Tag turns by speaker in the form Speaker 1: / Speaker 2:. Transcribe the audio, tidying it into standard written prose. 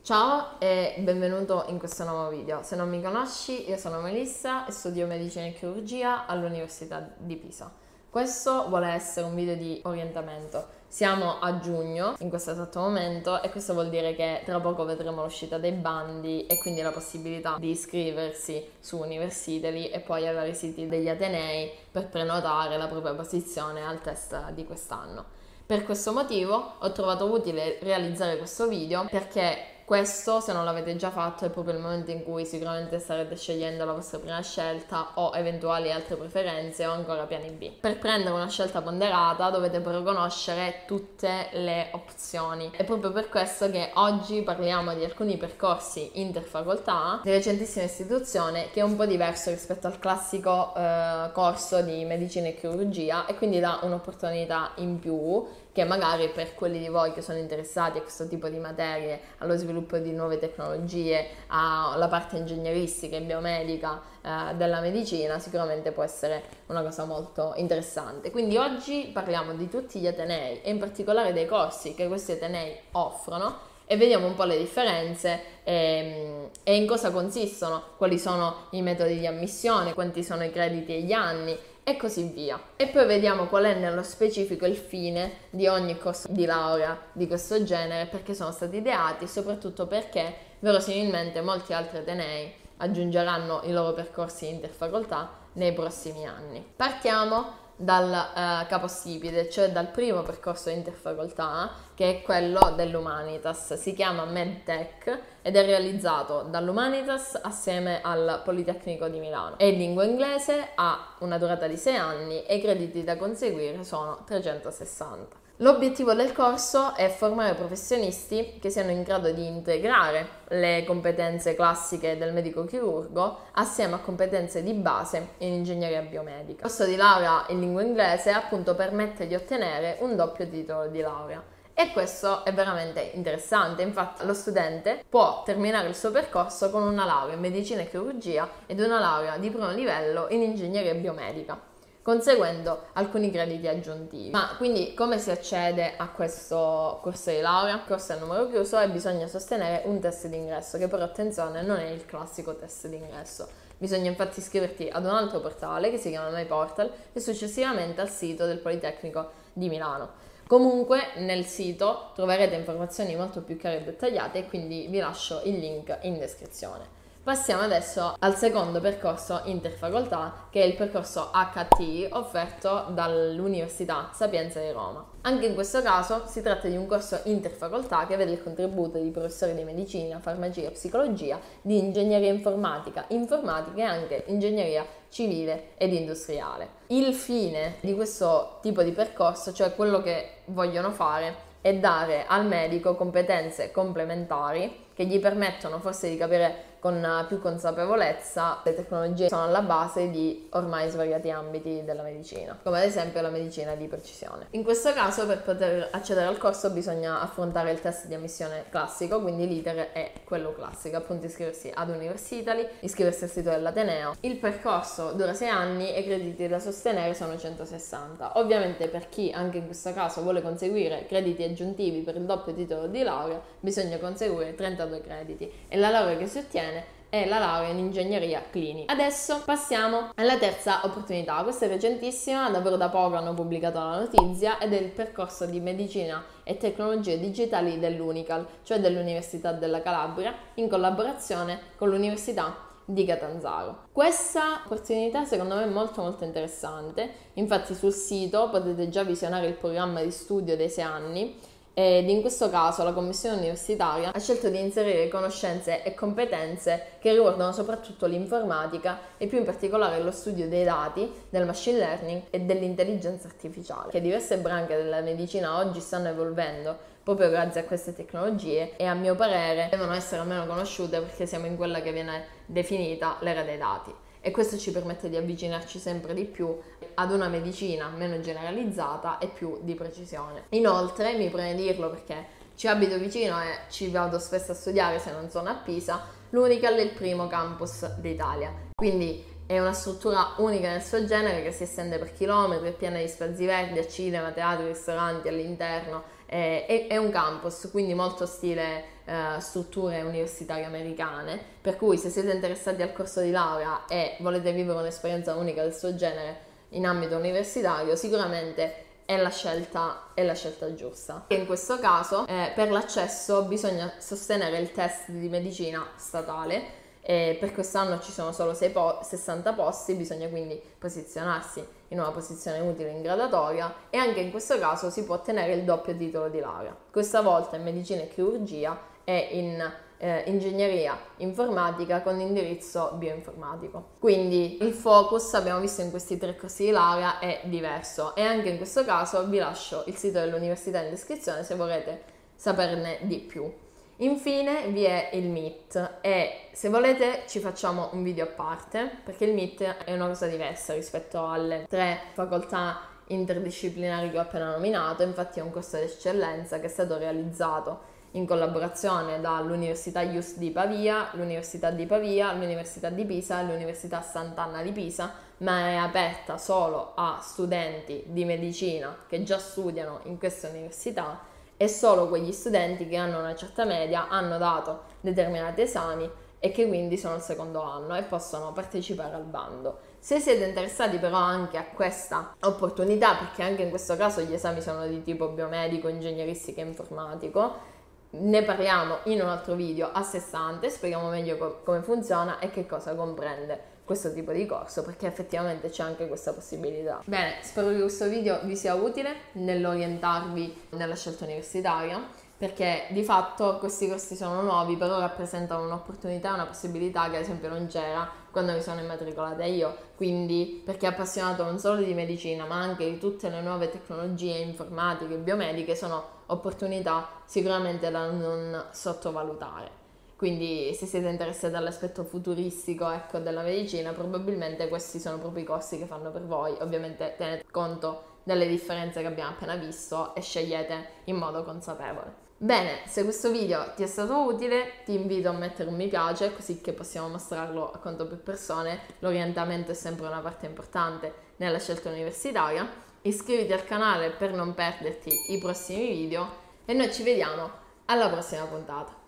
Speaker 1: Ciao e benvenuto in questo nuovo video. Se non mi conosci, io sono Melissa e studio medicina e chirurgia all'Università di Pisa. Questo vuole essere un video di orientamento. Siamo a giugno in questo esatto momento e questo vuol dire che tra poco vedremo l'uscita dei bandi e quindi la possibilità di iscriversi su Universitali e poi ai vari siti degli atenei per prenotare la propria posizione al test di quest'anno. Per questo motivo ho trovato utile realizzare questo video perché questo, se non l'avete già fatto, è proprio il momento in cui sicuramente starete scegliendo la vostra prima scelta o eventuali altre preferenze o ancora piani B. Per prendere una scelta ponderata dovete però conoscere tutte le opzioni. È proprio per questo che oggi parliamo di alcuni percorsi interfacoltà di recentissima istituzione che è un po' diverso rispetto al classico corso di medicina e chirurgia e quindi dà un'opportunità in più che magari per quelli di voi che sono interessati a questo tipo di materie, allo sviluppo di nuove tecnologie, alla parte ingegneristica e biomedica della medicina, sicuramente può essere una cosa molto interessante. Quindi oggi parliamo di tutti gli atenei e in particolare dei corsi che questi atenei offrono e vediamo un po' le differenze e in cosa consistono, quali sono i metodi di ammissione, quanti sono i crediti e gli anni e così via. E poi vediamo qual è nello specifico il fine di ogni corso di laurea di questo genere, perché sono stati ideati e soprattutto perché verosimilmente molti altri atenei aggiungeranno i loro percorsi interfacoltà nei prossimi anni. Partiamo dal capostipite, cioè dal primo percorso interfacoltà, che è quello dell'Humanitas. Si chiama MedTech ed è realizzato dall'Humanitas assieme al Politecnico di Milano. È in lingua inglese, ha una durata di 6 anni e i crediti da conseguire sono 360. L'obiettivo del corso è formare professionisti che siano in grado di integrare le competenze classiche del medico chirurgo assieme a competenze di base in ingegneria biomedica. Il corso di laurea in lingua inglese appunto permette di ottenere un doppio titolo di laurea. E questo è veramente interessante, infatti lo studente può terminare il suo percorso con una laurea in medicina e chirurgia ed una laurea di primo livello in ingegneria biomedica, conseguendo alcuni crediti aggiuntivi. Ma quindi come si accede a questo corso di laurea? Il corso è a numero chiuso e bisogna sostenere un test d'ingresso, che però attenzione non è il classico test d'ingresso. Bisogna infatti iscriverti ad un altro portale che si chiama MyPortal e successivamente al sito del Politecnico di Milano. Comunque nel sito troverete informazioni molto più chiare e dettagliate e quindi vi lascio il link in descrizione. Passiamo adesso al secondo percorso interfacoltà, che è il percorso HT offerto dall'Università Sapienza di Roma. Anche in questo caso si tratta di un corso interfacoltà che vede il contributo di professori di medicina, farmacia e psicologia, di ingegneria informatica e anche ingegneria civile ed industriale. Il fine di questo tipo di percorso, cioè quello che vogliono fare, è dare al medico competenze complementari che gli permettono forse di capire con più consapevolezza le tecnologie che sono alla base di ormai svariati ambiti della medicina, come ad esempio la medicina di precisione. In questo caso, per poter accedere al corso bisogna affrontare il test di ammissione classico, quindi l'iter è quello classico, appunto iscriversi ad Universitali, iscriversi al sito dell'Ateneo. Il percorso dura 6 anni e i crediti da sostenere sono 160. Ovviamente per chi anche in questo caso vuole conseguire crediti aggiuntivi per il doppio titolo di laurea bisogna conseguire 32 crediti e la laurea che si ottiene è la laurea in ingegneria clinica. Adesso passiamo alla terza opportunità. Questa è recentissima, davvero da poco hanno pubblicato la notizia ed è il percorso di medicina e tecnologie digitali dell'Unical, cioè dell'Università della Calabria, in collaborazione con l'Università di Catanzaro. Questa opportunità secondo me è molto interessante, infatti sul sito potete già visionare il programma di studio dei 6 anni ed in questo caso la commissione universitaria ha scelto di inserire conoscenze e competenze che riguardano soprattutto l'informatica e più in particolare lo studio dei dati, del machine learning e dell'intelligenza artificiale, che diverse branche della medicina oggi stanno evolvendo proprio grazie a queste tecnologie e a mio parere devono essere almeno conosciute perché siamo in quella che viene definita l'era dei dati. E questo ci permette di avvicinarci sempre di più ad una medicina meno generalizzata e più di precisione. Inoltre, mi preme dirlo perché ci abito vicino e ci vado spesso a studiare se non sono a Pisa, l'Unical è il primo campus d'Italia, quindi è una struttura unica nel suo genere che si estende per chilometri, è piena di spazi verdi, ha cinema, teatri, ristoranti all'interno, è un campus, quindi molto stile strutture universitarie americane, per cui se siete interessati al corso di laurea e volete vivere un'esperienza unica del suo genere in ambito universitario, sicuramente è la scelta giusta. In questo caso per l'accesso bisogna sostenere il test di medicina statale. Per quest'anno ci sono solo 60 posti, bisogna quindi posizionarsi in una posizione utile in graduatoria e anche in questo caso si può ottenere il doppio titolo di laurea, questa volta in medicina e chirurgia e in ingegneria informatica con indirizzo bioinformatico. Quindi il focus, abbiamo visto in questi 3 corsi di laurea, è diverso e anche in questo caso vi lascio il sito dell'università in descrizione se volete saperne di più. Infine vi è il MIT e se volete ci facciamo un video a parte, perché il MIT è una cosa diversa rispetto alle 3 facoltà interdisciplinari che ho appena nominato. Infatti è un corso d'eccellenza che è stato realizzato in collaborazione dall'Università IUST di Pavia, l'Università di Pavia, l'Università di Pisa e l'Università Sant'Anna di Pisa, ma è aperta solo a studenti di medicina che già studiano in queste università e solo quegli studenti che hanno una certa media, hanno dato determinati esami e che quindi sono al secondo anno e possono partecipare al bando. Se siete interessati però anche a questa opportunità, perché anche in questo caso gli esami sono di tipo biomedico, ingegneristico e informatico, ne parliamo in un altro video a sé stante, spieghiamo meglio come funziona e che cosa comprende questo tipo di corso, perché effettivamente c'è anche questa possibilità. Bene, spero che questo video vi sia utile nell'orientarvi nella scelta universitaria, perché di fatto questi corsi sono nuovi, però rappresentano un'opportunità e una possibilità che ad esempio non c'era quando mi sono immatricolata io, quindi perché appassionato non solo di medicina ma anche di tutte le nuove tecnologie informatiche e biomediche, sono opportunità sicuramente da non sottovalutare. Quindi se siete interessati all'aspetto futuristico, ecco, della medicina, probabilmente questi sono proprio i corsi che fanno per voi. Ovviamente tenete conto delle differenze che abbiamo appena visto e scegliete in modo consapevole. Bene, se questo video ti è stato utile ti invito a mettere un mi piace così che possiamo mostrarlo a quanto più persone. L'orientamento è sempre una parte importante nella scelta universitaria. Iscriviti al canale per non perderti i prossimi video e noi ci vediamo alla prossima puntata.